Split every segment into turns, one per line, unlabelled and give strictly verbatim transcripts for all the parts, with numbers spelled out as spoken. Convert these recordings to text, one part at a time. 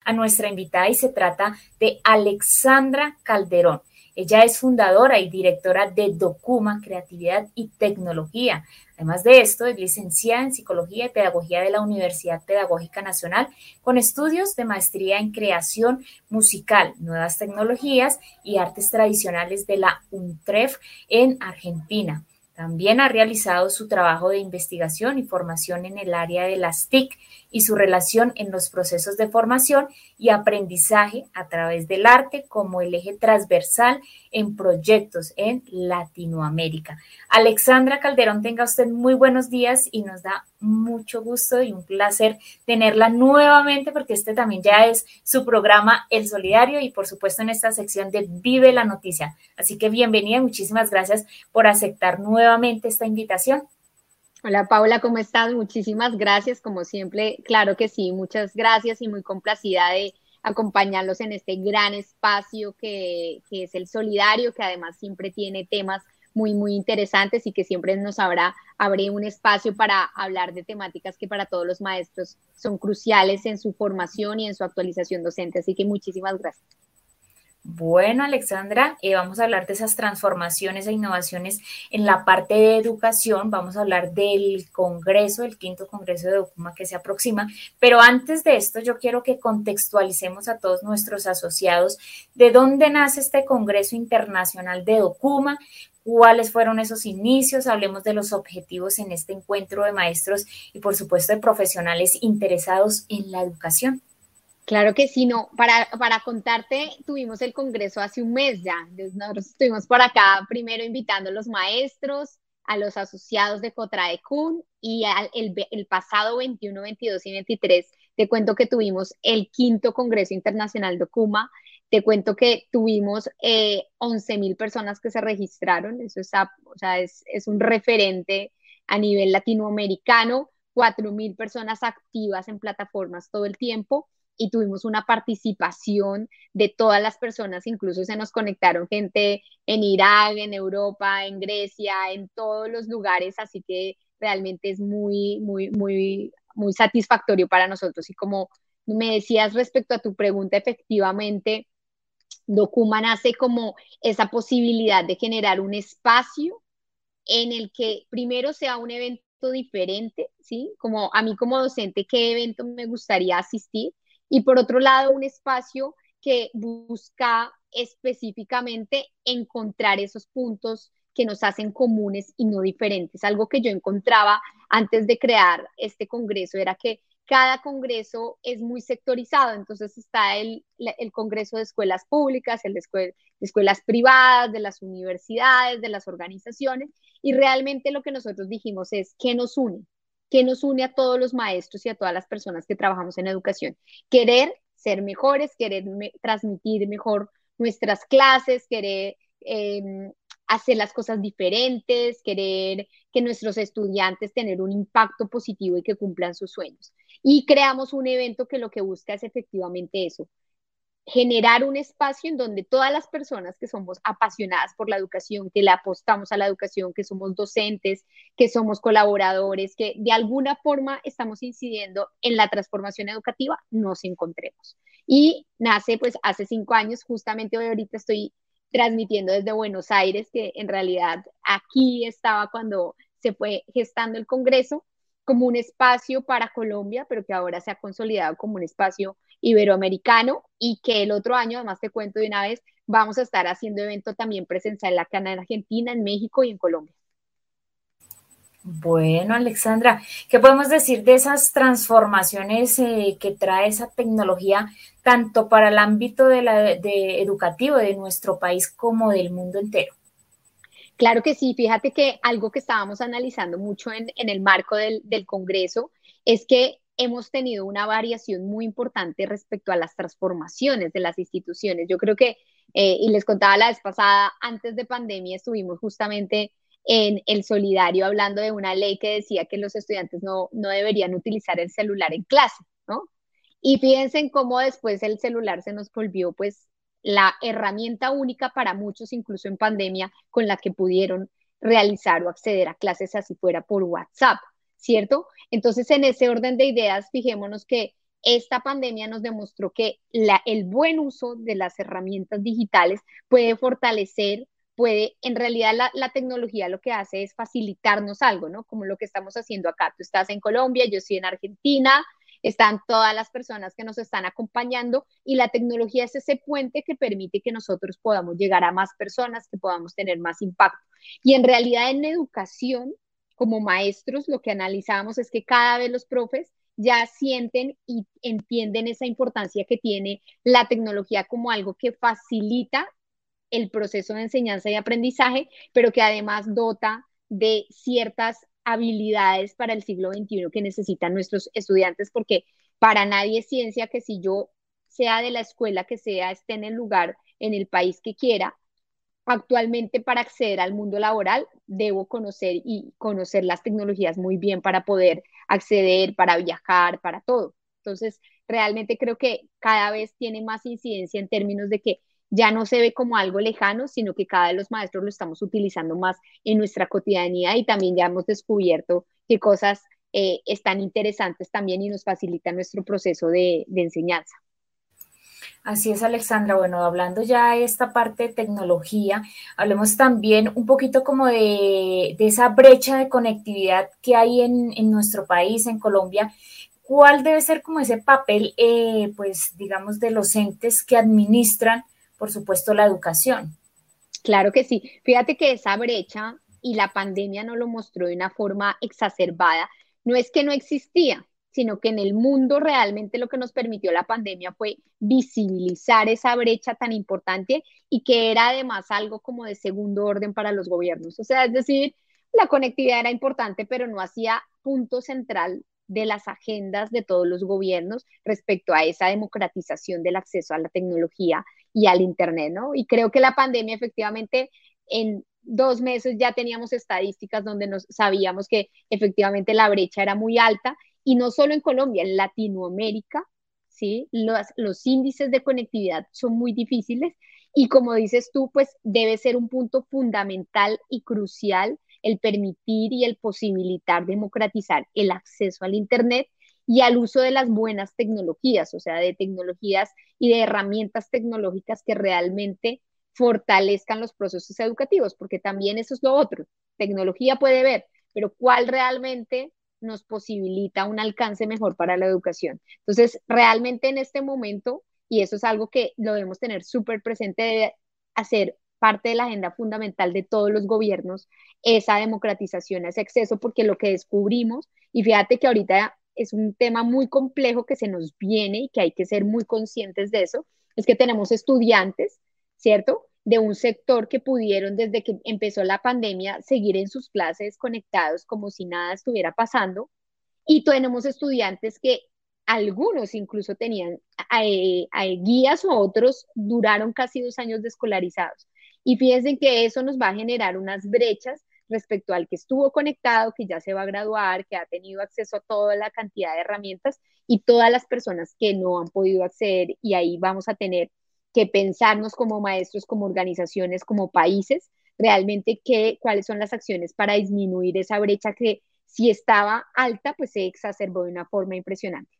a nuestra invitada y se trata de Alexandra Calderón. Ella es fundadora y directora de Documa, Creatividad y Tecnología. Además de esto, es licenciada en Psicología y Pedagogía de la Universidad Pedagógica Nacional, con estudios de maestría en Creación Musical, Nuevas Tecnologías y Artes Tradicionales de la UNTREF en Argentina. También ha realizado su trabajo de investigación y formación en el área de las T I C y su relación en los procesos de formación y aprendizaje a través del arte como el eje transversal en proyectos en Latinoamérica. Alexandra Calderón, tenga usted muy buenos días y nos da mucho gusto y un placer tenerla nuevamente porque este también ya es su programa El Solidario y por supuesto en esta sección de Vive la Noticia. Así que bienvenida y muchísimas gracias por aceptar nuevamente esta invitación.
Hola Paula, ¿cómo estás? Muchísimas gracias, como siempre, claro que sí, muchas gracias y muy complacida de acompañarlos en este gran espacio que, que es el Solidario, que además siempre tiene temas muy, muy interesantes y que siempre nos habrá, abre un espacio para hablar de temáticas que para todos los maestros son cruciales en su formación y en su actualización docente. Así que muchísimas gracias.
Bueno, Alexandra, eh, vamos a hablar de esas transformaciones e innovaciones en la parte de educación. Vamos a hablar del Congreso, el quinto Congreso de Documa que se aproxima. Pero antes de esto, yo quiero que contextualicemos a todos nuestros asociados de dónde nace este Congreso Internacional de Documa, cuáles fueron esos inicios, hablemos de los objetivos en este encuentro de maestros y, por supuesto, de profesionales interesados en la educación.
Claro que sí, no, para, para contarte, tuvimos el congreso hace un mes ya. Nosotros estuvimos por acá primero invitando a los maestros, a los asociados de Cotraecun y al, el, el pasado veintiuno, veintidós y veintitrés, te cuento que tuvimos el quinto Congreso Internacional Documa. Te cuento que tuvimos eh, once mil personas que se registraron, eso es, o sea, es, es un referente a nivel latinoamericano, cuatro mil personas activas en plataformas todo el tiempo y tuvimos una participación de todas las personas, incluso se nos conectaron gente en Irak, en Europa, en Grecia, en todos los lugares, así que realmente es muy, muy, muy, muy satisfactorio para nosotros. Y como me decías respecto a tu pregunta, efectivamente, Documa nace como esa posibilidad de generar un espacio en el que primero sea un evento diferente, ¿sí? Como a mí como docente, ¿qué evento me gustaría asistir? Y por otro lado, un espacio que busca específicamente encontrar esos puntos que nos hacen comunes y no diferentes. Algo que yo encontraba antes de crear este congreso era que cada congreso es muy sectorizado, entonces está el, el congreso de escuelas públicas, el de, escuel, de escuelas privadas, de las universidades, de las organizaciones, y realmente lo que nosotros dijimos es, ¿qué nos une? ¿Qué nos une a todos los maestros y a todas las personas que trabajamos en educación? Querer ser mejores, querer me, transmitir mejor nuestras clases, querer eh, hacer las cosas diferentes, querer que nuestros estudiantes tener un impacto positivo y que cumplan sus sueños. Y creamos un evento que lo que busca es efectivamente eso, generar un espacio en donde todas las personas que somos apasionadas por la educación, que le apostamos a la educación, que somos docentes, que somos colaboradores, que de alguna forma estamos incidiendo en la transformación educativa, nos encontremos. Y nace pues hace cinco años, justamente hoy ahorita estoy transmitiendo desde Buenos Aires, que en realidad aquí estaba cuando se fue gestando el Congreso, como un espacio para Colombia, pero que ahora se ha consolidado como un espacio iberoamericano y que el otro año, además te cuento de una vez, vamos a estar haciendo evento también presencial acá en Argentina, en México y en Colombia.
Bueno, Alexandra, ¿qué podemos decir de esas transformaciones eh, que trae esa tecnología tanto para el ámbito de la, de educativo de nuestro país como del mundo entero?
Claro que sí, fíjate que algo que estábamos analizando mucho en, en el marco del, del Congreso es que hemos tenido una variación muy importante respecto a las transformaciones de las instituciones. Yo creo que, eh, y les contaba la vez pasada, antes de pandemia estuvimos justamente en el Solidario hablando de una ley que decía que los estudiantes no, no deberían utilizar el celular en clase, ¿no? Y fíjense en cómo después el celular se nos volvió pues la herramienta única para muchos, incluso en pandemia, con la que pudieron realizar o acceder a clases así fuera por WhatsApp, ¿cierto? Entonces, en ese orden de ideas, fijémonos que esta pandemia nos demostró que la, el buen uso de las herramientas digitales puede fortalecer, puede, en realidad la, la tecnología lo que hace es facilitarnos algo, ¿no? Como lo que estamos haciendo acá. Tú estás en Colombia, yo estoy en Argentina, están todas las personas que nos están acompañando y la tecnología es ese puente que permite que nosotros podamos llegar a más personas, que podamos tener más impacto. Y en realidad en educación, como maestros, lo que analizamos es que cada vez los profes ya sienten y entienden esa importancia que tiene la tecnología como algo que facilita el proceso de enseñanza y aprendizaje, pero que además dota de ciertas habilidades para el siglo veintiuno que necesitan nuestros estudiantes, porque para nadie es ciencia que si yo sea de la escuela que sea, esté en el lugar, en el país que quiera, actualmente para acceder al mundo laboral debo conocer y conocer las tecnologías muy bien para poder acceder, para viajar, para todo. Entonces, realmente creo que cada vez tiene más incidencia en términos de que ya no se ve como algo lejano, sino que cada vez los maestros lo estamos utilizando más en nuestra cotidianidad y también ya hemos descubierto qué cosas eh, están interesantes también y nos facilitan nuestro proceso de, de enseñanza.
Así es, Alexandra. Bueno, hablando ya de esta parte de tecnología, hablemos también un poquito como de, de esa brecha de conectividad que hay en, en, nuestro país, en Colombia. ¿Cuál debe ser como ese papel, eh, pues, digamos, de los entes que administran, por supuesto, la educación?
Claro que sí. Fíjate que esa brecha, y la pandemia nos lo mostró de una forma exacerbada, no es que no existía, sino que en el mundo realmente lo que nos permitió la pandemia fue visibilizar esa brecha tan importante y que era además algo como de segundo orden para los gobiernos. O sea, es decir, la conectividad era importante, pero no hacía punto central de las agendas de todos los gobiernos respecto a esa democratización del acceso a la tecnología y al Internet, ¿no? Y creo que la pandemia efectivamente en dos meses ya teníamos estadísticas donde nos sabíamos que efectivamente la brecha era muy alta y no solo en Colombia, en Latinoamérica, ¿sí? Los, los índices de conectividad son muy difíciles y como dices tú, pues debe ser un punto fundamental y crucial el permitir y el posibilitar democratizar el acceso al Internet y al uso de las buenas tecnologías, o sea, de tecnologías y de herramientas tecnológicas que realmente fortalezcan los procesos educativos, porque también eso es lo otro. Tecnología puede ver, pero ¿cuál realmente nos posibilita un alcance mejor para la educación? Entonces, realmente en este momento, y eso es algo que lo debemos tener súper presente, debe hacer parte de la agenda fundamental de todos los gobiernos, esa democratización, ese acceso, porque lo que descubrimos, y fíjate que ahorita es un tema muy complejo que se nos viene y que hay que ser muy conscientes de eso, es que tenemos estudiantes, ¿cierto? De un sector que pudieron desde que empezó la pandemia seguir en sus clases conectados como si nada estuviera pasando y tenemos estudiantes que algunos incluso tenían eh, eh, guías o otros duraron casi dos años desescolarizados. Y fíjense que eso nos va a generar unas brechas respecto al que estuvo conectado, que ya se va a graduar, que ha tenido acceso a toda la cantidad de herramientas y todas las personas que no han podido acceder y ahí vamos a tener que pensarnos como maestros, como organizaciones, como países, realmente qué, cuáles son las acciones para disminuir esa brecha que si estaba alta, pues se exacerbó de una forma impresionante.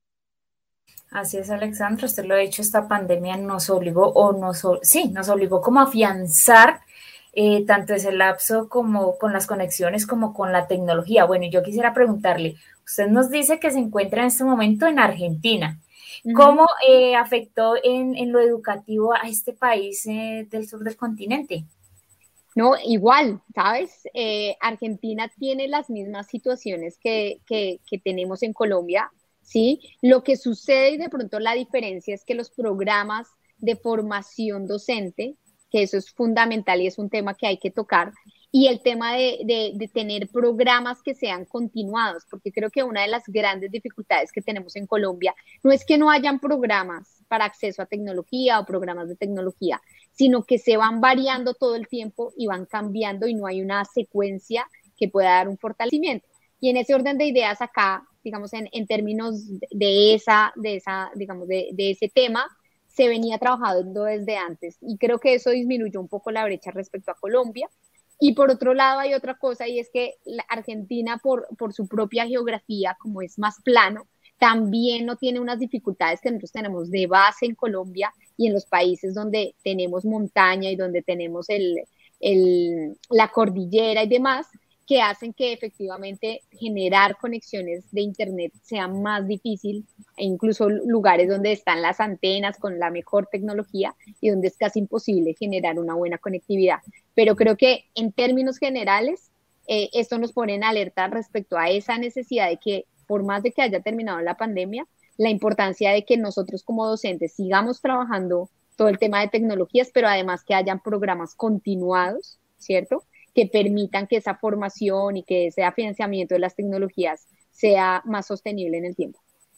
Así es, Alexandra, usted lo ha dicho, esta pandemia nos obligó, o nos, sí, nos obligó como a afianzar eh, tanto ese lapso como con las conexiones como con la tecnología. Bueno, y yo quisiera preguntarle, usted nos dice que se encuentra en este momento en Argentina. ¿Cómo uh-huh. eh, afectó en, en, lo educativo a este país eh, del sur del continente?
No, igual, ¿sabes? Eh, Argentina tiene las mismas situaciones que, que, que tenemos en Colombia, ¿sí? Lo que sucede y de pronto la diferencia es que los programas de formación docente, que eso es fundamental y es un tema que hay que tocar, y el tema de, de, de tener programas que sean continuados, porque creo que una de las grandes dificultades que tenemos en Colombia no es que no hayan programas para acceso a tecnología o programas de tecnología, sino que se van variando todo el tiempo y van cambiando y no hay una secuencia que pueda dar un fortalecimiento. Y en ese orden de ideas acá, digamos, en, en términos de esa, de esa, digamos, de, de ese tema, se venía trabajando desde antes y creo que eso disminuyó un poco la brecha respecto a Colombia. Y por otro lado hay otra cosa y es que la Argentina por, por su propia geografía, como es más plano, también no tiene unas dificultades que nosotros tenemos de base en Colombia y en los países donde tenemos montaña y donde tenemos el, el, la cordillera y demás, que hacen que efectivamente generar conexiones de internet sea más difícil, e incluso lugares donde están las antenas con la mejor tecnología y donde es casi imposible generar una buena conectividad. Pero creo que en términos generales, eh, esto nos pone en alerta respecto a esa necesidad de que, por más de que haya terminado la pandemia, la importancia de que nosotros como docentes sigamos trabajando todo el tema de tecnologías, pero además que hayan programas continuados, ¿cierto?, que permitan que esa formación y que ese financiamiento de las tecnologías sea más sostenible en el tiempo.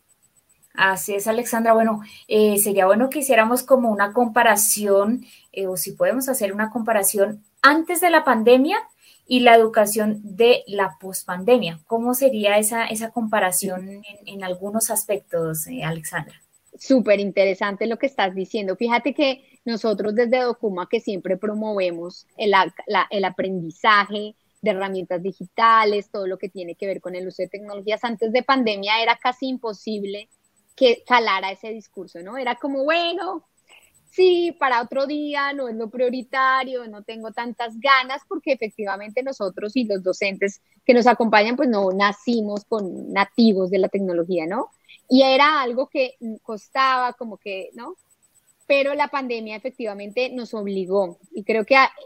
Así es, Alexandra. Bueno, eh, sería bueno que hiciéramos como una comparación, eh, o si podemos hacer una comparación antes de la pandemia y la educación de la pospandemia. ¿Cómo sería esa, esa comparación en, en algunos aspectos, eh, Alexandra?
Súper interesante lo que estás diciendo. Fíjate que nosotros desde Documa, que siempre promovemos el, la, el aprendizaje de herramientas digitales, todo lo que tiene que ver con el uso de tecnologías, antes de pandemia era casi imposible que calara ese discurso, ¿no? Era como, bueno, sí, para otro día, no es lo prioritario, no tengo tantas ganas, porque efectivamente nosotros y los docentes que nos acompañan, pues no nacimos con nativos de la tecnología, ¿no? Y era algo que costaba, como que, ¿no? Pero la pandemia efectivamente nos obligó, y creo que a,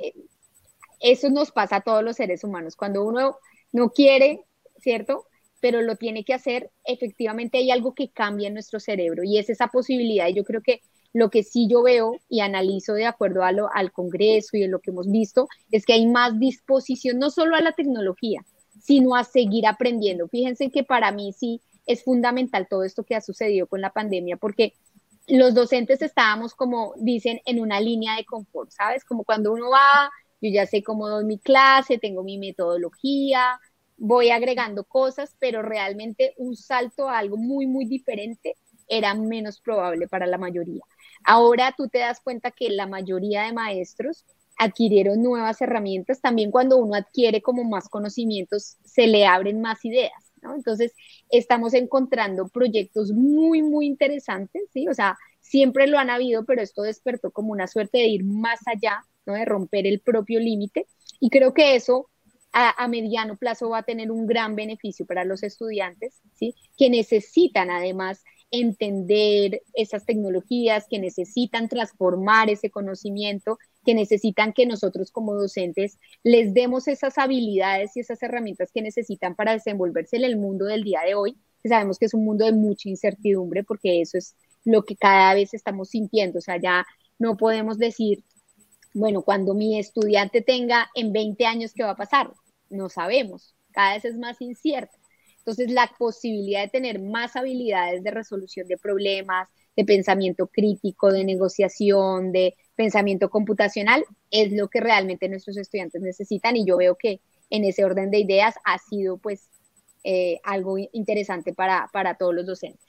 eso nos pasa a todos los seres humanos, cuando uno no quiere, ¿cierto?, pero lo tiene que hacer, efectivamente hay algo que cambia en nuestro cerebro, y es esa posibilidad. Y yo creo que lo que sí yo veo y analizo de acuerdo a lo, al Congreso y de lo que hemos visto, es que hay más disposición, no solo a la tecnología, sino a seguir aprendiendo. Fíjense que para mí sí es fundamental todo esto que ha sucedido con la pandemia, porque los docentes estábamos, como dicen, en una línea de confort, ¿sabes? Como cuando uno va, yo ya sé cómo doy mi clase, tengo mi metodología, voy agregando cosas, pero realmente un salto a algo muy, muy diferente era menos probable para la mayoría. Ahora tú te das cuenta que la mayoría de maestros adquirieron nuevas herramientas. También cuando uno adquiere como más conocimientos, se le abren más ideas, ¿no? Entonces, estamos encontrando proyectos muy, muy interesantes, ¿sí? O sea, siempre lo han habido, pero esto despertó como una suerte de ir más allá, ¿no?, de romper el propio límite. Y creo que eso a, a mediano plazo va a tener un gran beneficio para los estudiantes, ¿sí?, que necesitan además entender esas tecnologías, que necesitan transformar ese conocimiento, que necesitan que nosotros como docentes les demos esas habilidades y esas herramientas que necesitan para desenvolverse en el mundo del día de hoy, que sabemos que es un mundo de mucha incertidumbre, porque eso es lo que cada vez estamos sintiendo. O sea, ya no podemos decir, bueno, cuando mi estudiante tenga en veinte años, ¿qué va a pasar? No sabemos, cada vez es más incierto. Entonces, la posibilidad de tener más habilidades de resolución de problemas, de pensamiento crítico, de negociación, de pensamiento computacional, es lo que realmente nuestros estudiantes necesitan, y yo veo que en ese orden de ideas ha sido pues eh, algo interesante para, para todos los docentes.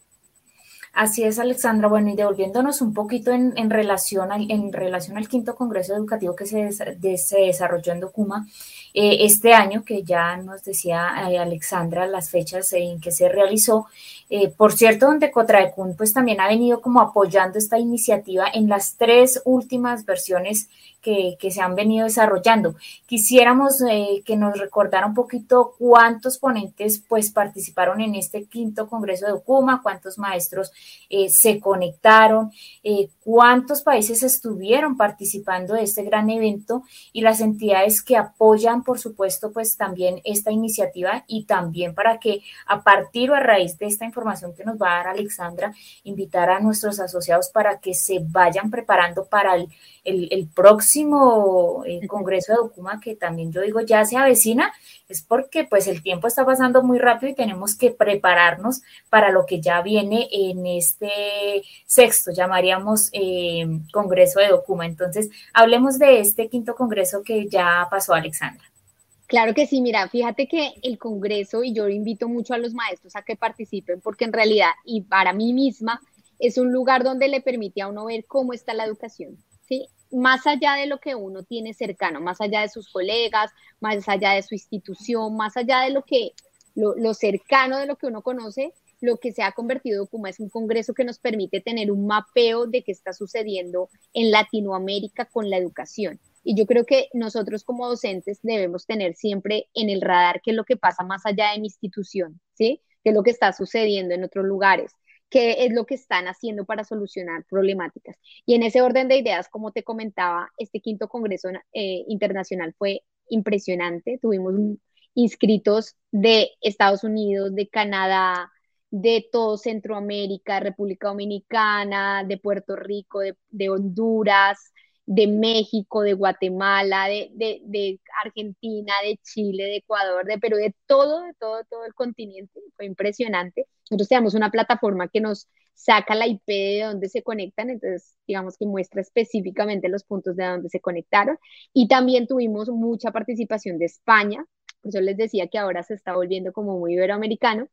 Así es, Alexandra. Bueno, y devolviéndonos un poquito en, en, relación, al, en relación al quinto Congreso Educativo que se, de, se desarrolló en Documa eh, este año, que ya nos decía eh, Alexandra las fechas en que se realizó. Eh, por cierto, donde Cotraecun pues también ha venido como apoyando esta iniciativa en las tres últimas versiones que, que se han venido desarrollando. Quisiéramos eh, que nos recordara un poquito cuántos ponentes pues participaron en este quinto Congreso de Documa, cuántos maestros eh, se conectaron, eh, cuántos países estuvieron participando de este gran evento, y las entidades que apoyan, por supuesto, pues también esta iniciativa, y también para que a partir o a raíz de esta información que nos va a dar Alexandra, invitar a nuestros asociados para que se vayan preparando para el, el, el próximo eh, Congreso de Documa, que también yo digo ya se avecina. Es porque pues el tiempo está pasando muy rápido y tenemos que prepararnos para lo que ya viene en este sexto, llamaríamos eh, Congreso de Documa. Entonces, hablemos de este quinto Congreso que ya pasó, Alexandra.
Claro que sí, mira, fíjate que el Congreso, y yo invito mucho a los maestros a que participen, porque en realidad, y para mí misma, es un lugar donde le permite a uno ver cómo está la educación, ¿sí? Más allá de lo que uno tiene cercano, más allá de sus colegas, más allá de su institución, más allá de lo que, lo, lo cercano de lo que uno conoce, lo que se ha convertido Documa es un congreso que nos permite tener un mapeo de qué está sucediendo en Latinoamérica con la educación. Y yo creo que nosotros como docentes debemos tener siempre en el radar qué es lo que pasa más allá de mi institución, ¿sí? Qué es lo que está sucediendo en otros lugares, qué es lo que están haciendo para solucionar problemáticas. Y en ese orden de ideas, como te comentaba, este quinto Congreso eh, Internacional fue impresionante. Tuvimos inscritos de Estados Unidos, de Canadá, de todo Centroamérica, República Dominicana, de Puerto Rico, de, de Honduras, de México, de Guatemala, de, de, de, Argentina, de Chile, de Ecuador, de Perú, de todo, de todo, todo el continente. Fue impresionante. Nosotros tenemos una plataforma que nos saca la I P de donde se conectan, entonces digamos que muestra específicamente los puntos de donde se conectaron. Y también tuvimos mucha participación de España, por eso les decía que ahora se está volviendo como muy iberoamericano,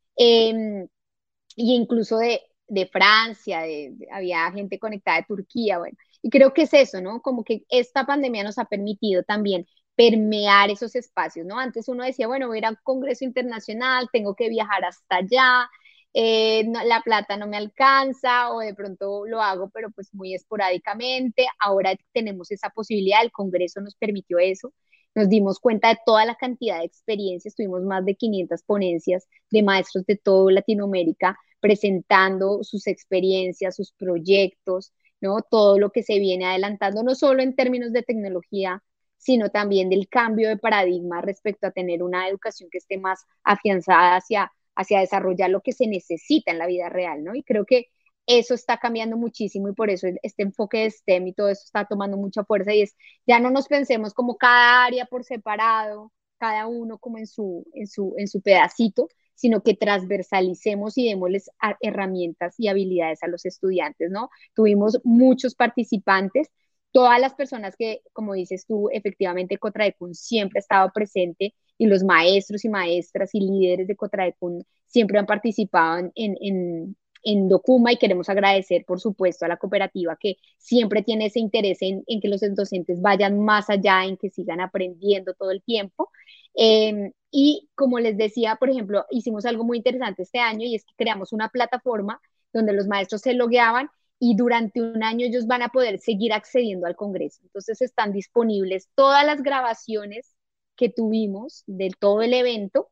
eh, y incluso de, de Francia, de, de, había gente conectada de Turquía, bueno, y creo que es eso, ¿no? Como que esta pandemia nos ha permitido también permear esos espacios, ¿no? Antes uno decía, bueno, voy a ir a un congreso internacional, tengo que viajar hasta allá, eh, no, la plata no me alcanza, o de pronto lo hago, pero pues muy esporádicamente. Ahora tenemos esa posibilidad, el congreso nos permitió eso. Nos dimos cuenta de toda la cantidad de experiencias, tuvimos más de quinientas ponencias de maestros de toda Latinoamérica presentando sus experiencias, sus proyectos, ¿no? Todo lo que se viene adelantando, no solo en términos de tecnología, sino también del cambio de paradigma respecto a tener una educación que esté más afianzada hacia, hacia desarrollar lo que se necesita en la vida real, ¿no? Y creo que eso está cambiando muchísimo y por eso este enfoque de S T E M y todo eso está tomando mucha fuerza y es, ya no nos pensemos como cada área por separado, cada uno como en su, en su, en su pedacito, sino que transversalicemos y démosles herramientas y habilidades a los estudiantes, ¿no? Tuvimos muchos participantes, todas las personas que, como dices tú, efectivamente Cotraecun siempre ha estado presente y los maestros y maestras y líderes de Cotraecun siempre han participado en, en, en en Documa y queremos agradecer, por supuesto, a la cooperativa que siempre tiene ese interés en, en que los docentes vayan más allá, en que sigan aprendiendo todo el tiempo. Eh, y como les decía, por ejemplo, hicimos algo muy interesante este año y es que creamos una plataforma donde los maestros se logueaban y durante un año ellos van a poder seguir accediendo al Congreso. Entonces están disponibles todas las grabaciones que tuvimos de todo el evento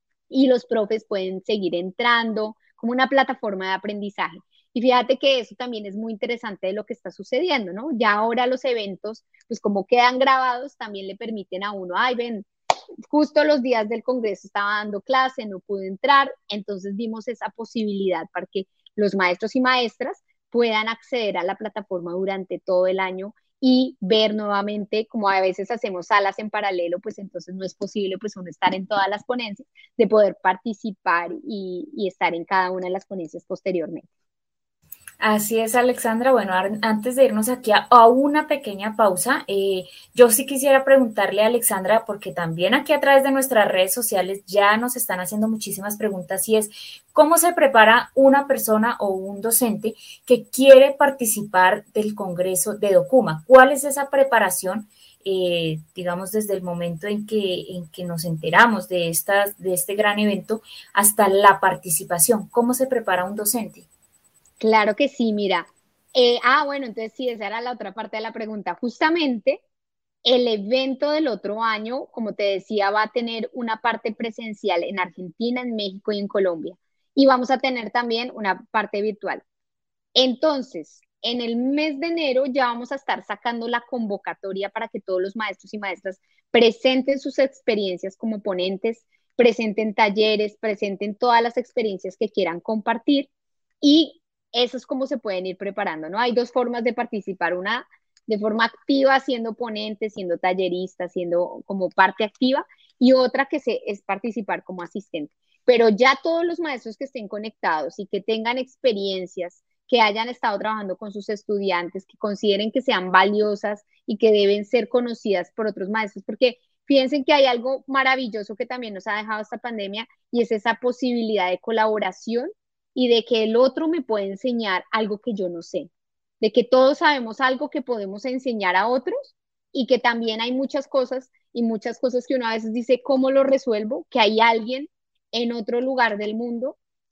y los profes pueden seguir entrando como una plataforma de aprendizaje. Y fíjate que eso también es muy interesante de lo que está sucediendo, ¿no? Ya ahora los eventos, pues como quedan grabados, también le permiten a uno, ay, ven, justo los días del Congreso estaba dando clase, no pude entrar, entonces dimos esa posibilidad para que los maestros y maestras puedan acceder a la plataforma durante todo el año y ver nuevamente, como a veces hacemos salas en paralelo, pues entonces no es posible pues uno estar en todas las ponencias, de poder participar y, y estar en cada una de las ponencias posteriormente.
Así es, Alexandra. Bueno, antes de irnos aquí a, a una pequeña pausa, eh, yo sí quisiera preguntarle a Alexandra, porque también aquí a través de nuestras redes sociales ya nos están haciendo muchísimas preguntas, y es, ¿cómo se prepara una persona o un docente que quiere participar del Congreso de Documa? ¿Cuál es esa preparación? Eh, digamos, desde el momento en que, en que nos enteramos de, estas, de este gran evento hasta la participación. ¿Cómo se prepara un docente?
Claro que sí, mira. Eh, ah, bueno, entonces sí, esa era la otra parte de la pregunta. Justamente el evento del otro año, como te decía, va a tener una parte presencial en Argentina, en México y en Colombia. Y vamos a tener también una parte virtual. Entonces, en el mes de enero ya vamos a estar sacando la convocatoria para que todos los maestros y maestras presenten sus experiencias como ponentes, presenten talleres, presenten todas las experiencias que quieran compartir y eso es como se pueden ir preparando, ¿no? Hay dos formas de participar, una de forma activa, siendo ponente, siendo tallerista, siendo como parte activa, y otra que se, es participar como asistente. Pero ya todos los maestros que estén conectados y que tengan experiencias, que hayan estado trabajando con sus estudiantes, que consideren que sean valiosas y que deben ser conocidas por otros maestros, porque fíjense que hay algo maravilloso que también nos ha dejado esta pandemia y es esa posibilidad de colaboración y de que el otro me puede enseñar algo que yo no sé, de que todos sabemos algo que podemos enseñar a otros y que también hay muchas cosas y muchas cosas que uno a veces dice, ¿cómo lo resuelvo? Que hay alguien en otro lugar del mundo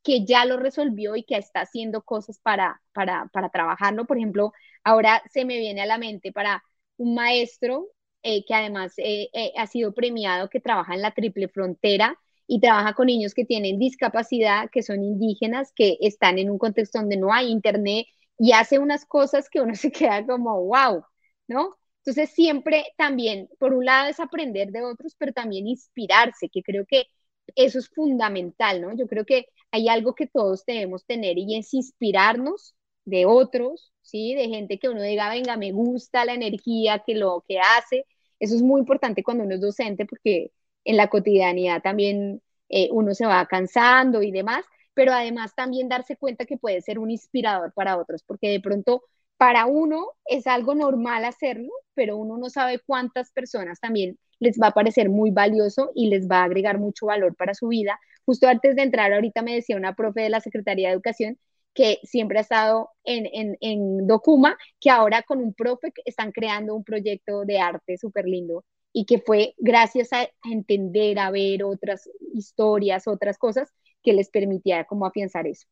que ya lo resolvió y que está haciendo cosas para, para, para trabajarlo. Por ejemplo, ahora se me viene a la mente para un maestro eh, que además eh, eh, ha sido premiado, que trabaja en la Triple Frontera y trabaja con niños que tienen discapacidad, que son indígenas, que están en un contexto donde no hay internet y hace unas cosas que uno se queda como, wow, ¿no? Entonces siempre también, por un lado es aprender de otros, pero también inspirarse, que creo que eso es fundamental, ¿no? Yo creo que hay algo que todos debemos tener y es inspirarnos de otros, ¿sí? De gente que uno diga, venga, me gusta la energía, que lo que hace. Eso es muy importante cuando uno es docente porque en la cotidianidad también eh, uno se va cansando y demás, pero además también darse cuenta que puede ser un inspirador para otros, porque de pronto para uno es algo normal hacerlo, pero uno no sabe cuántas personas también les va a parecer muy valioso y les va a agregar mucho valor para su vida. Justo antes de entrar, ahorita me decía una profe de la Secretaría de Educación que siempre ha estado en, en, en Documa, que ahora con un profe están creando un proyecto de arte súper lindo y que fue gracias a entender, a ver otras historias, otras cosas que les permitía como afianzar eso.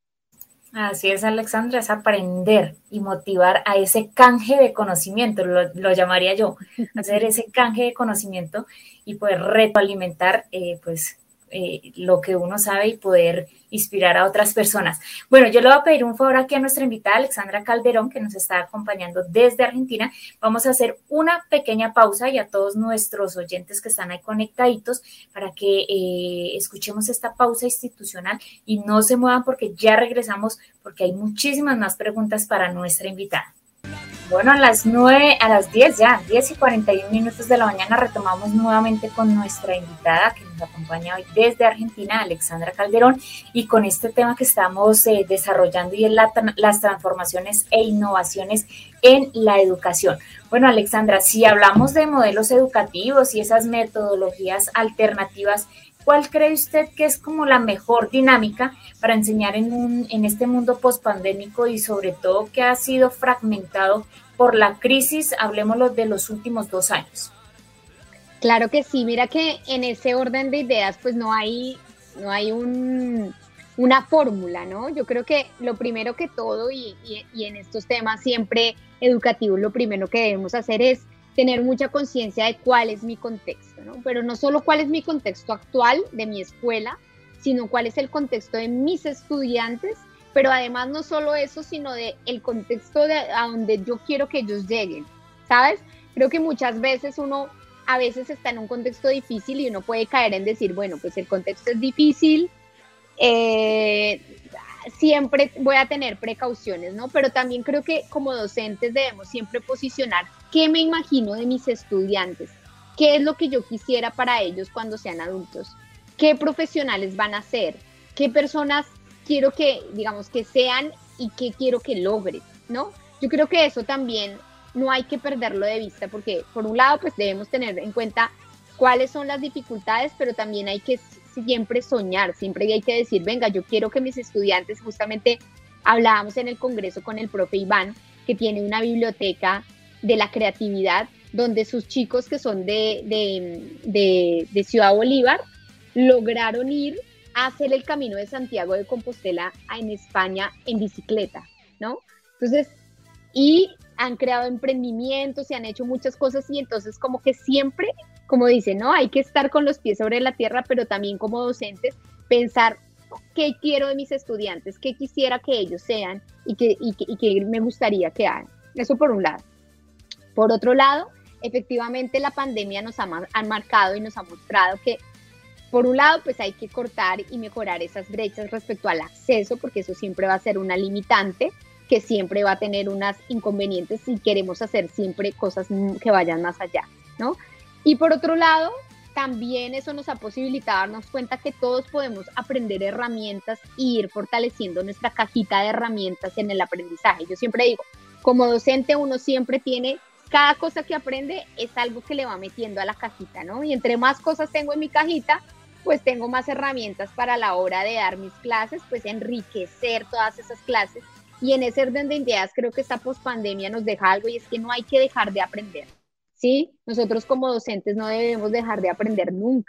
Así es, Alexandra, es aprender y motivar a ese canje de conocimiento, lo, lo llamaría yo, hacer ese canje de conocimiento y poder retroalimentar eh, pues, eh, lo que uno sabe y poder inspirar a otras personas. Bueno, yo le voy a pedir un favor aquí a nuestra invitada Alexandra Calderón, que nos está acompañando desde Argentina. Vamos a hacer una pequeña pausa y a todos nuestros oyentes que están ahí conectaditos para que eh, escuchemos esta pausa institucional y no se muevan porque ya regresamos porque hay muchísimas más preguntas para nuestra invitada. Bueno, a las nueve, a las diez ya, diez y cuarenta y un minutos de la mañana retomamos nuevamente con nuestra invitada que nos acompaña hoy desde Argentina, Alexandra Calderón, y con este tema que estamos eh, desarrollando y es la, las transformaciones e innovaciones en la educación. Bueno, Alexandra, si hablamos de modelos educativos y esas metodologías alternativas, ¿cuál cree usted que es como la mejor dinámica para enseñar en, un, en este mundo pospandémico y sobre todo que ha sido fragmentado por la crisis, hablemoslo de los últimos dos años?
Claro que sí, mira que en ese orden de ideas pues no hay, no hay un, una fórmula, ¿no? Yo creo que lo primero que todo y, y, y en estos temas siempre educativos lo primero que debemos hacer es tener mucha conciencia de cuál es mi contexto, ¿no? Pero no solo cuál es mi contexto actual de mi escuela, sino cuál es el contexto de mis estudiantes, pero además no solo eso, sino de el contexto de a donde yo quiero que ellos lleguen, ¿sabes? Creo que muchas veces uno a veces está en un contexto difícil y uno puede caer en decir, bueno, pues el contexto es difícil, eh, siempre voy a tener precauciones, ¿no? Pero también creo que como docentes debemos siempre posicionar qué me imagino de mis estudiantes, qué es lo que yo quisiera para ellos cuando sean adultos, qué profesionales van a ser, qué personas quiero que, digamos, que sean y qué quiero que logren, ¿no? Yo creo que eso también no hay que perderlo de vista porque, por un lado, pues debemos tener en cuenta cuáles son las dificultades, pero también hay que siempre soñar, siempre hay que decir, venga, yo quiero que mis estudiantes, justamente hablábamos en el congreso con el profe Iván, que tiene una biblioteca de la creatividad, donde sus chicos que son de, de, de, de Ciudad Bolívar, lograron ir a hacer el Camino de Santiago de Compostela en España en bicicleta, ¿no? Entonces, y han creado emprendimientos y han hecho muchas cosas y entonces como que siempre, como dicen, ¿no? Hay que estar con los pies sobre la tierra, pero también como docentes pensar qué quiero de mis estudiantes, qué quisiera que ellos sean y qué y que, y que me gustaría que hagan. Eso por un lado. Por otro lado, efectivamente la pandemia nos ha, ha marcado y nos ha mostrado que por un lado, pues hay que cortar y mejorar esas brechas respecto al acceso, porque eso siempre va a ser una limitante, que siempre va a tener unos inconvenientes si queremos hacer siempre cosas que vayan más allá, ¿no? Y por otro lado, también eso nos ha posibilitado darnos cuenta que todos podemos aprender herramientas e ir fortaleciendo nuestra cajita de herramientas en el aprendizaje. Yo siempre digo, como docente uno siempre tiene, cada cosa que aprende es algo que le va metiendo a la cajita, ¿no? Y entre más cosas tengo en mi cajita, pues tengo más herramientas para la hora de dar mis clases, pues enriquecer todas esas clases. Y en ese orden de ideas creo que esta pospandemia nos deja algo y es que no hay que dejar de aprender, ¿sí? Nosotros como docentes no debemos dejar de aprender nunca.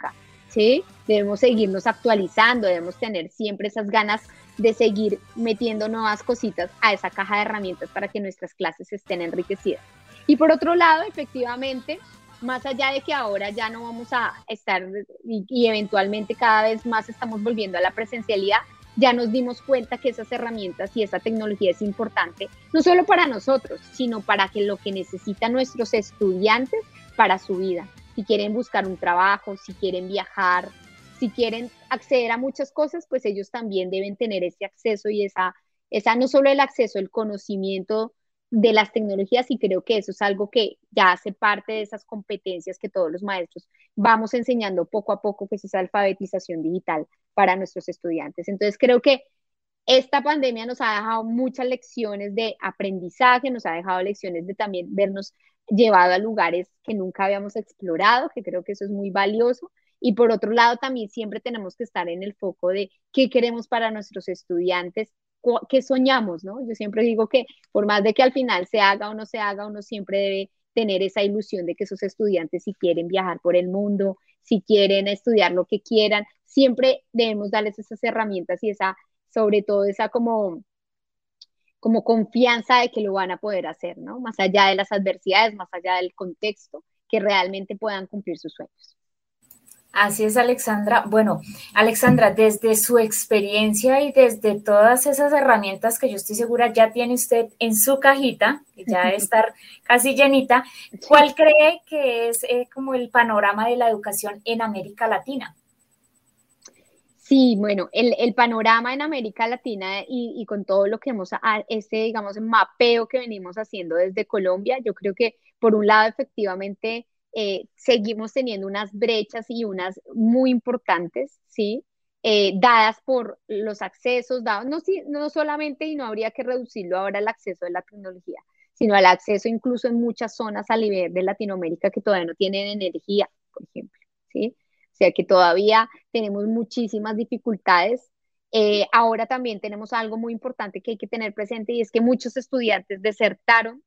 ¿sí? Debemos seguirnos actualizando, debemos tener siempre esas ganas de seguir metiendo nuevas cositas a esa caja de herramientas para que nuestras clases estén enriquecidas. Y por otro lado, efectivamente, más allá de que ahora ya no vamos a estar y, y eventualmente cada vez más estamos volviendo a la presencialidad, ya nos dimos cuenta que esas herramientas y esa tecnología es importante, no solo para nosotros, sino para que lo que necesitan nuestros estudiantes para su vida. Si quieren buscar un trabajo, si quieren viajar, si quieren acceder a muchas cosas, pues ellos también deben tener ese acceso y esa, esa no solo el acceso, el conocimiento de las tecnologías, y creo que eso es algo que ya hace parte de esas competencias que todos los maestros vamos enseñando poco a poco, que es esa alfabetización digital para nuestros estudiantes. Entonces creo que esta pandemia nos ha dejado muchas lecciones de aprendizaje, nos ha dejado lecciones de también vernos llevado a lugares que nunca habíamos explorado, que creo que eso es muy valioso. Y por otro lado, también siempre tenemos que estar en el foco de qué queremos para nuestros estudiantes, qué soñamos, ¿no? Yo siempre digo que por más de que al final se haga o no se haga, uno siempre debe tener esa ilusión de que esos estudiantes, si quieren viajar por el mundo, si quieren estudiar lo que quieran, siempre debemos darles esas herramientas y esa, sobre todo esa como, como confianza de que lo van a poder hacer, ¿no? Más allá de las adversidades, más allá del contexto, que realmente puedan cumplir sus sueños.
Así es, Alexandra. Bueno, Alexandra, desde su experiencia y desde todas esas herramientas que yo estoy segura ya tiene usted en su cajita, que ya debe estar casi llenita, ¿cuál cree que es eh, como el panorama de la educación en América Latina?
Sí, bueno, el, el panorama en América Latina y, y con todo lo que hemos, a, este, digamos, mapeo que venimos haciendo desde Colombia, yo creo que por un lado efectivamente eh, seguimos teniendo unas brechas y unas muy importantes, ¿sí? Eh, dadas por los accesos, dados, no, sí, no solamente, y no habría que reducirlo ahora al acceso de la tecnología, sino al acceso incluso en muchas zonas a nivel de Latinoamérica que todavía no tienen energía, por ejemplo, ¿sí? O sea que todavía tenemos muchísimas dificultades. Eh, ahora también tenemos algo muy importante que hay que tener presente y es que muchos estudiantes desertaron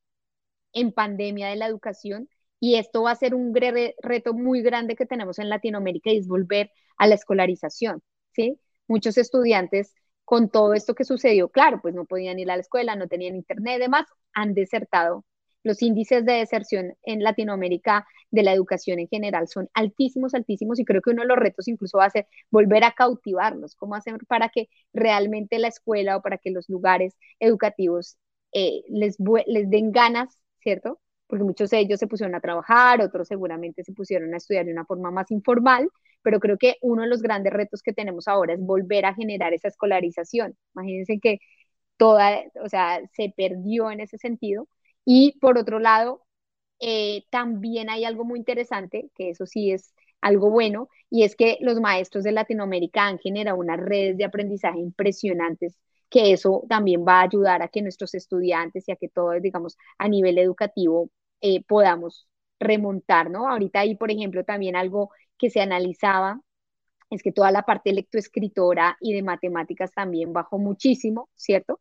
en pandemia de la educación y esto va a ser un reto muy grande que tenemos en Latinoamérica y es volver a la escolarización, ¿sí? Muchos estudiantes con todo esto que sucedió, claro, pues no podían ir a la escuela, no tenían internet, además han desertado. Los índices de deserción en Latinoamérica de la educación en general son altísimos, altísimos, y creo que uno de los retos incluso va a ser volver a cautivarlos, cómo hacer para que realmente la escuela o para que los lugares educativos eh, les, les den ganas, ¿cierto? Porque muchos de ellos se pusieron a trabajar, otros seguramente se pusieron a estudiar de una forma más informal, pero creo que uno de los grandes retos que tenemos ahora es volver a generar esa escolarización. Imagínense que toda, o sea, se perdió en ese sentido. Y por otro lado, eh, también hay algo muy interesante, que eso sí es algo bueno, y es que los maestros de Latinoamérica han generado unas redes de aprendizaje impresionantes, que eso también va a ayudar a que nuestros estudiantes y a que todos, digamos, a nivel educativo eh, podamos remontar, ¿no? Ahorita hay, por ejemplo, también algo que se analizaba, es que toda la parte lectoescritora y de matemáticas también bajó muchísimo, ¿cierto?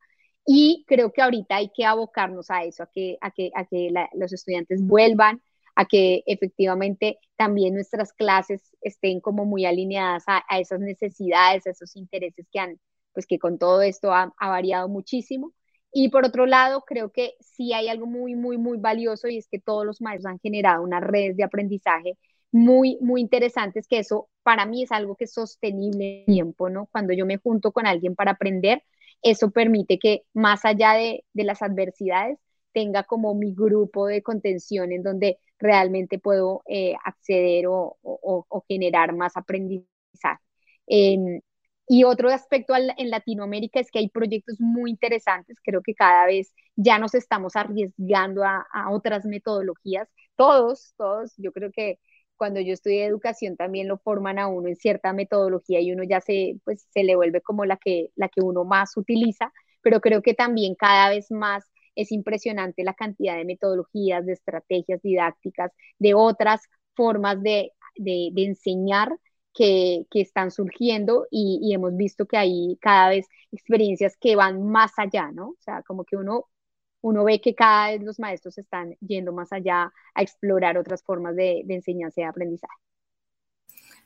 Y creo que ahorita hay que abocarnos a eso, a que, a que, a que la, los estudiantes vuelvan, a que efectivamente también nuestras clases estén como muy alineadas a, a esas necesidades, a esos intereses que han, pues que con todo esto ha, ha variado muchísimo. Y por otro lado, creo que sí hay algo muy, muy, muy valioso y es que todos los maestros han generado unas redes de aprendizaje muy, muy interesantes, que eso para mí es algo que es sostenible en el tiempo, ¿no? Cuando yo me junto con alguien para aprender, eso permite que más allá de, de las adversidades, tenga como mi grupo de contención en donde realmente puedo eh, acceder o, o, o, generar más aprendizaje. Eh, y otro aspecto en Latinoamérica es que hay proyectos muy interesantes. Creo que cada vez ya nos estamos arriesgando a, a otras metodologías. Todos, todos, yo creo que cuando yo estudié educación también lo forman a uno en cierta metodología y uno ya se, pues, se le vuelve como la que, la que uno más utiliza, pero creo que también cada vez más es impresionante la cantidad de metodologías, de estrategias didácticas, de otras formas de, de, de enseñar que, que, están surgiendo y, y hemos visto que hay cada vez experiencias que van más allá, ¿no? O sea, como que uno uno ve que cada vez los maestros están yendo más allá a explorar otras formas de, de enseñanza y de aprendizaje.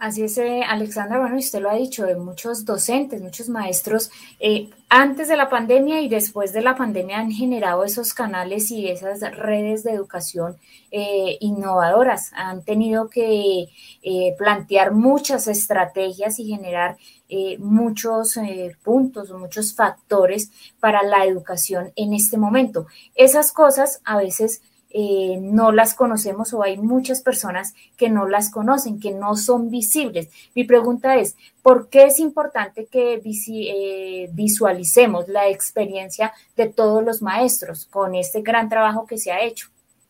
Así es, eh, Alexandra, bueno, y usted lo ha dicho, de muchos docentes, muchos maestros, eh, antes de la pandemia y después de la pandemia han generado esos canales y esas redes de educación eh, innovadoras, han tenido que eh, plantear muchas estrategias y generar eh, muchos eh, puntos, muchos factores para la educación en este momento. Esas cosas a veces eh, no las conocemos o hay muchas personas que no las conocen, que no son visibles. Mi pregunta es, ¿por qué es importante que visi eh, visualicemos la experiencia de todos los maestros con este gran trabajo que se ha hecho?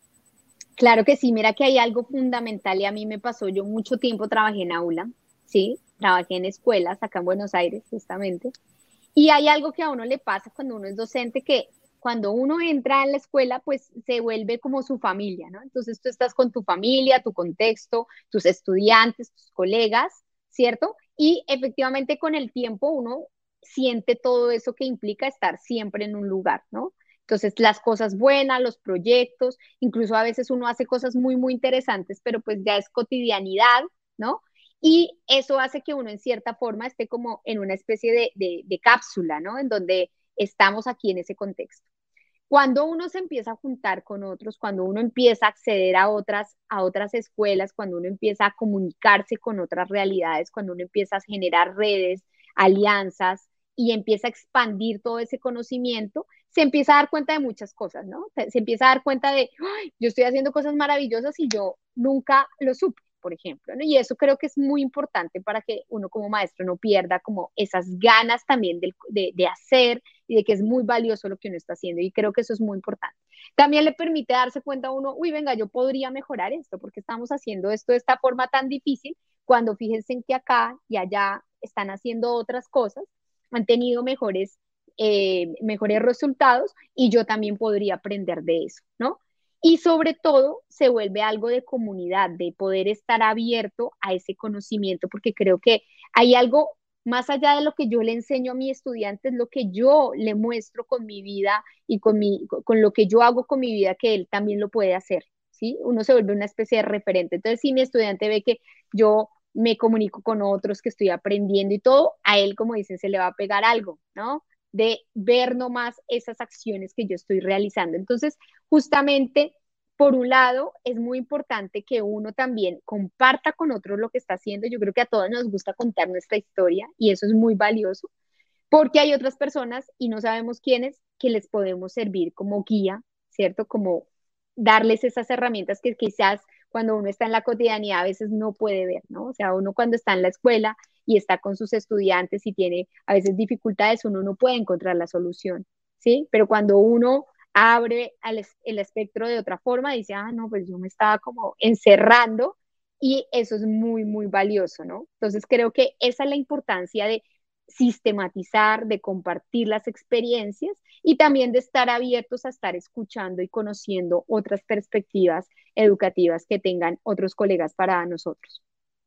Claro que sí, mira que hay algo fundamental y a mí me pasó, yo mucho tiempo trabajé en aula, ¿sí? Trabajé en escuelas acá en Buenos Aires, justamente. Y hay algo que a uno le pasa cuando uno es docente, que cuando uno entra en la escuela, pues se vuelve como su familia, ¿no? Entonces tú estás con tu familia, tu contexto, tus estudiantes, tus colegas, ¿cierto? Y efectivamente con el tiempo uno siente todo eso que implica estar siempre en un lugar, ¿no? Entonces las cosas buenas, los proyectos, incluso a veces uno hace cosas muy, muy interesantes, pero pues ya es cotidianidad, ¿no? Y eso hace que uno en cierta forma esté como en una especie de, de, de cápsula, ¿no? En donde estamos aquí en ese contexto. Cuando uno se empieza a juntar con otros, cuando uno empieza a acceder a otras, a otras escuelas, cuando uno empieza a comunicarse con otras realidades, cuando uno empieza a generar redes, alianzas y empieza a expandir todo ese conocimiento, se empieza a dar cuenta de muchas cosas, ¿no? Se, se empieza a dar cuenta de, ¡ay! Yo estoy haciendo cosas maravillosas y yo nunca lo supe, por ejemplo, ¿no? Y eso creo que es muy importante para que uno como maestro no pierda como esas ganas también de, de, de hacer y de que es muy valioso lo que uno está haciendo, y creo que eso es muy importante. También le permite darse cuenta a uno, uy, venga, yo podría mejorar esto, porque estamos haciendo esto de esta forma tan difícil, cuando fíjense en que acá y allá están haciendo otras cosas, han tenido mejores, eh, mejores resultados, y yo también podría aprender de eso, ¿no? Y sobre todo se vuelve algo de comunidad, de poder estar abierto a ese conocimiento, porque creo que hay algo más allá de lo que yo le enseño a mi estudiante, es lo que yo le muestro con mi vida y con, mi, con lo que yo hago con mi vida, que él también lo puede hacer, ¿sí? Uno se vuelve una especie de referente. Entonces, si mi estudiante ve que yo me comunico con otros, que estoy aprendiendo y todo, a él, como dicen, se le va a pegar algo, ¿no? De ver nomás esas acciones que yo estoy realizando. Entonces, justamente por un lado, es muy importante que uno también comparta con otros lo que está haciendo. Yo creo que a todos nos gusta contar nuestra historia y eso es muy valioso, porque hay otras personas y no sabemos quiénes que les podemos servir como guía, ¿cierto? Como darles esas herramientas que quizás cuando uno está en la cotidianidad a veces no puede ver, ¿no? O sea, uno cuando está en la escuela y está con sus estudiantes y tiene a veces dificultades, uno no puede encontrar la solución, ¿sí? Pero cuando uno abre el espectro de otra forma, dice, ah, no, pues yo me estaba como encerrando, y eso es muy, muy valioso, ¿no? Entonces creo que esa es la importancia de sistematizar, de compartir las experiencias y también de estar abiertos a estar escuchando y conociendo otras perspectivas educativas que tengan otros colegas para nosotros.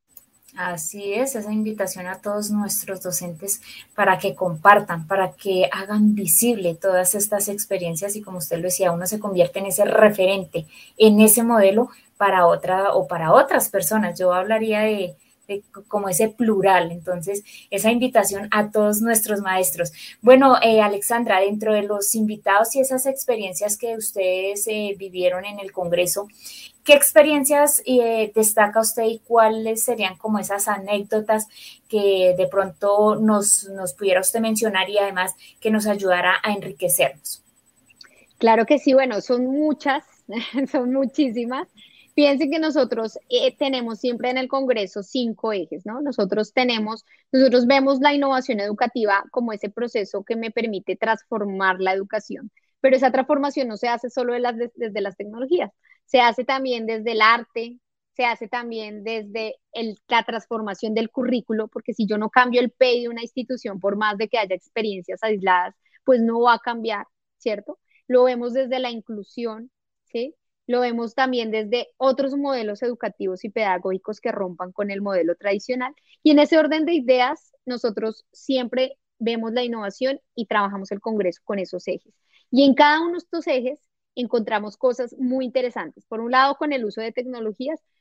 Así es, esa invitación a todos nuestros docentes para que compartan, para que hagan visible todas estas experiencias y, como usted lo decía, uno se convierte en ese referente, en ese modelo para otra o para otras personas. Yo hablaría de, de como ese plural, entonces esa invitación a todos nuestros maestros. Bueno, eh, Alexandra, dentro de los invitados y esas experiencias que ustedes eh, vivieron en el Congreso, ¿qué experiencias eh, destaca usted y cuáles serían como esas anécdotas que de pronto nos, nos pudiera usted mencionar y además que nos ayudara a enriquecernos?
Claro que sí, bueno, son muchas, son muchísimas. Piensen que nosotros eh, tenemos siempre en el Congreso cinco ejes, ¿no? Nosotros tenemos, nosotros vemos la innovación educativa como ese proceso que me permite transformar la educación, pero esa transformación no se hace solo de las, desde las tecnologías, se hace también desde el arte, se hace también desde el, la transformación del currículo, porque si yo no cambio el P I de una institución, por más de que haya experiencias aisladas, pues no va a cambiar, ¿cierto? Lo vemos desde la inclusión, ¿sí? Lo vemos también desde otros modelos educativos y pedagógicos que rompan con el modelo tradicional. Y en ese orden de ideas, nosotros siempre vemos la innovación y trabajamos el Congreso con esos ejes. Y en cada uno de estos ejes encontramos cosas muy interesantes. Por un lado, con el uso de tecnologías,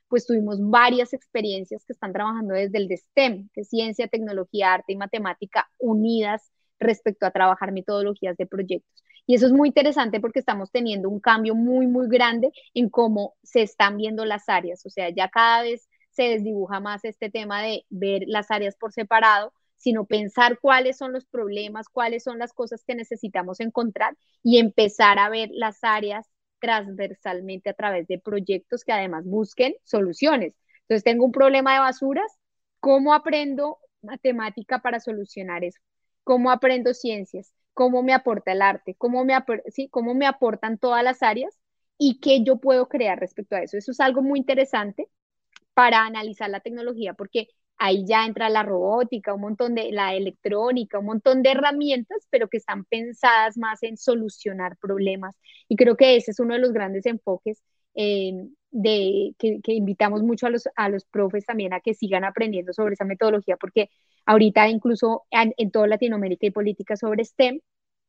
pues tuvimos varias experiencias que están trabajando desde el de STEM, de ciencia, tecnología, arte y matemática, unidas respecto a trabajar metodologías de proyectos. Y eso es muy interesante porque estamos teniendo un cambio muy, muy grande en cómo se están viendo las áreas. O sea, ya cada vez se desdibuja más este tema de ver las áreas por separado, sino pensar cuáles son los problemas, cuáles son las cosas que necesitamos encontrar y empezar a ver las áreas transversalmente a través de proyectos que además busquen soluciones. Entonces, tengo un problema de basuras, ¿cómo aprendo matemática para solucionar eso? ¿Cómo aprendo ciencias? ¿Cómo me aporta el arte? ¿Cómo me, sí, cómo me aportan todas las áreas? ¿Y qué yo puedo crear respecto a eso? Eso es algo muy interesante para analizar la tecnología, porque ahí ya entra la robótica, un montón de la electrónica, un montón de herramientas, pero que están pensadas más en solucionar problemas. Y creo que ese es uno de los grandes enfoques eh, de, que, que, invitamos mucho a los, a los profes también a que sigan aprendiendo sobre esa metodología, porque ahorita incluso en, en toda Latinoamérica hay políticas sobre STEM.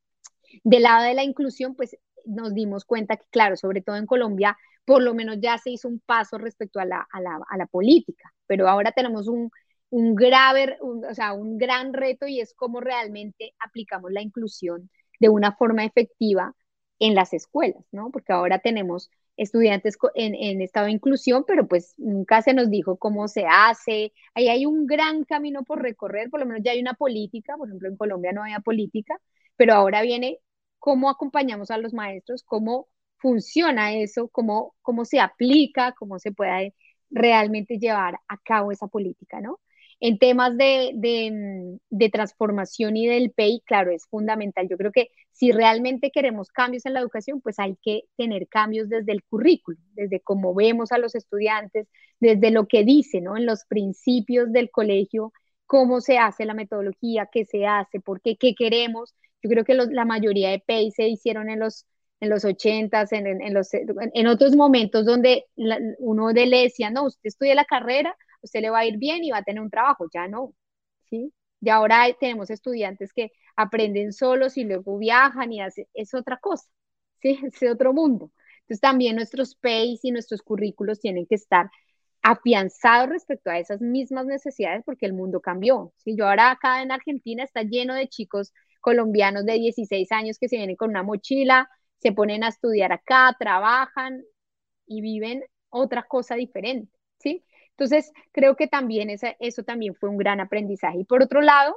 Del lado de la inclusión, pues nos dimos cuenta que, claro, sobre todo en Colombia, por lo menos ya se hizo un paso respecto a la, a la, a la política, pero ahora tenemos un, un grave, un, o sea, un gran reto y es cómo realmente aplicamos la inclusión de una forma efectiva en las escuelas, ¿no? Porque ahora tenemos estudiantes en, en estado de inclusión, pero pues nunca se nos dijo cómo se hace. Ahí hay un gran camino por recorrer, por lo menos ya hay una política, por ejemplo, en Colombia no había política, pero ahora viene cómo acompañamos a los maestros, cómo funciona eso, cómo, cómo se aplica, cómo se puede realmente llevar a cabo esa política, ¿no? En temas de, de, de transformación y del P E I, claro, es fundamental. Yo creo que si realmente queremos cambios en la educación, pues hay que tener cambios desde el currículo, desde cómo vemos a los estudiantes, desde lo que dice, ¿no? En los principios del colegio, cómo se hace la metodología, qué se hace, por qué, qué queremos. Yo creo que los, la mayoría de P E I se hicieron en los en los ochentas, en, en, en, los, en otros momentos donde la, uno de le decía, no, usted estudia la carrera, usted le va a ir bien y va a tener un trabajo, ya no, ¿sí? Y ahora tenemos estudiantes que aprenden solos y luego viajan y hace, es otra cosa, ¿sí? Es otro mundo. Entonces también nuestros P E Is y nuestros currículos tienen que estar afianzados respecto a esas mismas necesidades porque el mundo cambió, ¿sí? Yo ahora acá en Argentina está lleno de chicos colombianos de dieciséis años que se vienen con una mochila, se ponen a estudiar acá, trabajan y viven otra cosa diferente, ¿sí? Entonces, creo que también esa, eso también fue un gran aprendizaje. Y por otro lado,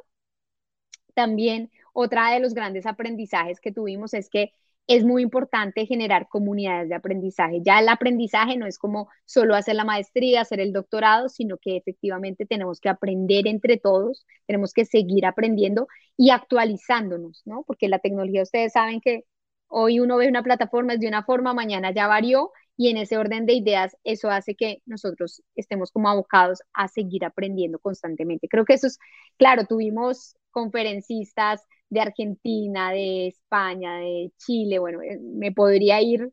también otra de los grandes aprendizajes que tuvimos es que es muy importante generar comunidades de aprendizaje. Ya el aprendizaje no es como solo hacer la maestría, hacer el doctorado, sino que efectivamente tenemos que aprender entre todos, tenemos que seguir aprendiendo y actualizándonos, ¿no? Porque la tecnología, ustedes saben que hoy uno ve una plataforma es de una forma, mañana ya varió y en ese orden de ideas eso hace que nosotros estemos como abocados a seguir aprendiendo constantemente. Creo que eso es, claro, tuvimos conferencistas de Argentina, de España, de Chile, bueno, eh, me podría ir,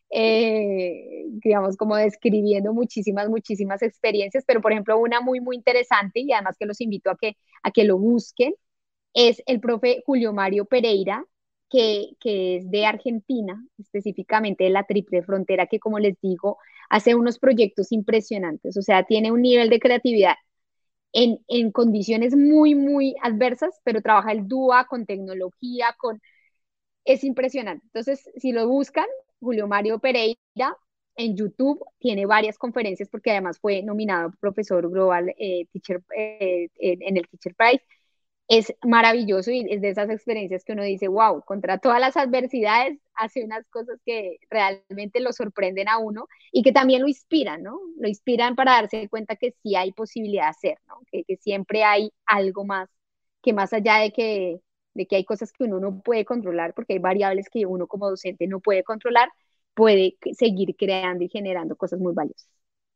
eh, digamos, como describiendo muchísimas, muchísimas experiencias, pero por ejemplo, una muy, muy interesante y además que los invito a que, a que lo busquen, es el profe Julio Mario Pereira, que, que es de Argentina, específicamente de la Triple Frontera, que como les digo, hace unos proyectos impresionantes, o sea, tiene un nivel de creatividad en, en condiciones muy, muy adversas, pero trabaja el D U A con tecnología, con... es impresionante. Entonces, si lo buscan, Julio Mario Pereira en YouTube tiene varias conferencias porque además fue nominado profesor global eh, teacher, eh, en el Teacher Prize. Es maravilloso y es de esas experiencias que uno dice, wow, contra todas las adversidades hace unas cosas que realmente lo sorprenden a uno y que también lo inspiran, ¿no? Lo inspiran para darse cuenta que sí hay posibilidad de hacer, ¿no? Que, que siempre hay algo más, que más allá de que, de que hay cosas que uno no puede controlar, porque hay variables que uno como docente no puede controlar, puede seguir creando y generando cosas muy valiosas.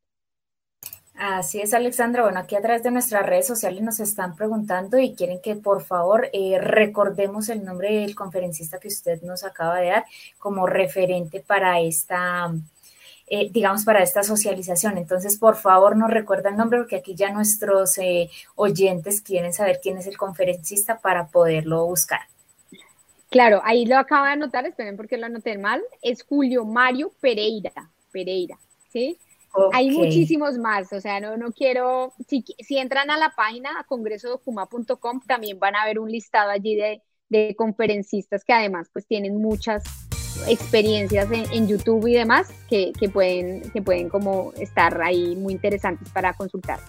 Así es, Alexandra. Bueno, aquí a través de nuestras redes sociales nos están preguntando y quieren que por favor eh, recordemos el nombre del conferencista que usted nos acaba de dar como referente para esta, eh, digamos, para esta socialización. Entonces, por favor, nos recuerda el nombre porque aquí ya nuestros eh, oyentes quieren saber quién es el conferencista para poderlo buscar.
Claro, ahí lo acabo de anotar, esperen porque lo anoté mal, es Julio Mario Pereira, Pereira, ¿sí? Hay
Ok.
muchísimos más, o sea, no, no quiero, si, si entran a la página a congreso documa punto com también van a ver un listado allí de, de conferencistas que además pues tienen muchas experiencias en, en YouTube y demás que, que, pueden, que pueden como estar ahí muy interesantes para consultar.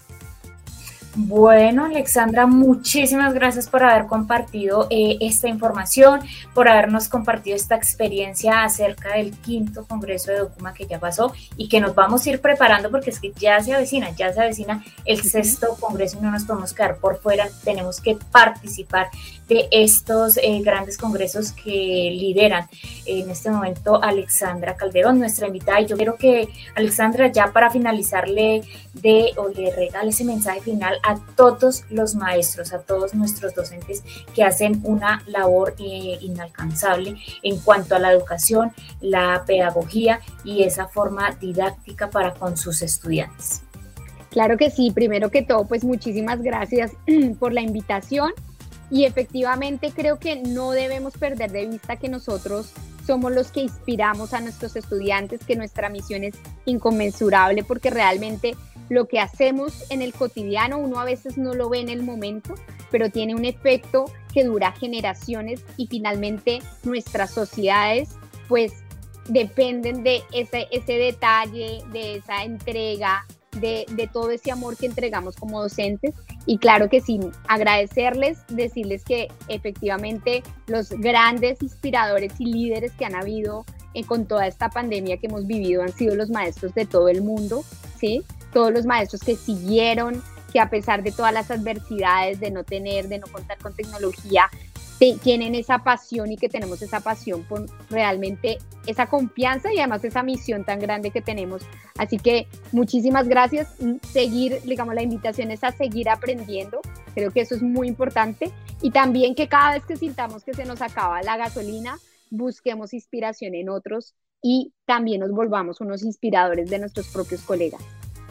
Bueno, Alexandra, muchísimas gracias por haber compartido eh, esta información, por habernos compartido esta experiencia acerca del quinto Congreso de Documa que ya pasó y que nos vamos a ir preparando porque es que ya se avecina, ya se avecina el sexto Congreso y no nos podemos quedar por fuera, tenemos que participar de estos eh, grandes congresos que lideran en este momento Alexandra Calderón, nuestra invitada. Y yo quiero que, Alexandra, ya para finalizarle de o le regale ese mensaje final a todos los maestros, a todos nuestros docentes que hacen una labor eh, inalcanzable en cuanto a la educación, la pedagogía y esa forma didáctica para con sus estudiantes.
Claro que sí, primero que todo, pues muchísimas gracias por la invitación y efectivamente creo que no debemos perder de vista que nosotros somos los que inspiramos a nuestros estudiantes, que nuestra misión es inconmensurable porque realmente lo que hacemos en el cotidiano uno a veces no lo ve en el momento, pero tiene un efecto que dura generaciones y finalmente nuestras sociedades pues dependen de ese, ese detalle, de esa entrega, de, de todo ese amor que entregamos como docentes. Y claro que sí, agradecerles, decirles que efectivamente los grandes inspiradores y líderes que han habido eh, con toda esta pandemia que hemos vivido han sido los maestros de todo el mundo, ¿sí? Todos los maestros que siguieron, que a pesar de todas las adversidades, de no tener, de no contar con tecnología, te, tienen esa pasión y que tenemos esa pasión por realmente esa confianza y además esa misión tan grande que tenemos. Así que muchísimas gracias. Seguir, digamos, la invitación es a seguir aprendiendo. Creo que eso es muy importante. Y también que cada vez que sintamos que se nos acaba la gasolina, busquemos inspiración en otros y también nos volvamos unos inspiradores de nuestros propios colegas.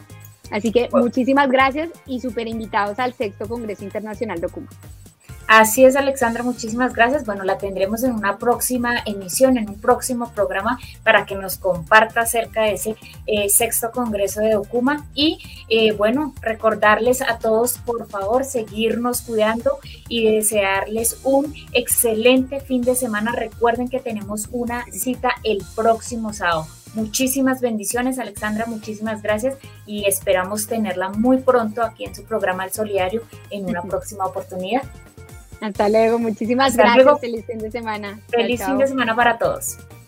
Así que muchísimas gracias y súper invitados al sexto Congreso Internacional Documa.
Así es, Alexandra, muchísimas gracias. Bueno, la tendremos en una próxima emisión, en un próximo programa para que nos comparta acerca de ese eh, sexto Congreso de Documa. Y eh, bueno, recordarles a todos, por favor, seguirnos cuidando y desearles un excelente fin de semana. Recuerden que tenemos una cita el próximo sábado. Muchísimas bendiciones, Alexandra, muchísimas gracias y esperamos tenerla muy pronto aquí en su programa El Solidario en una próxima oportunidad.
Hasta luego, muchísimas
Hasta
gracias,
luego.
Feliz fin de semana.
Feliz
chao,
fin
chao.
de semana para todos.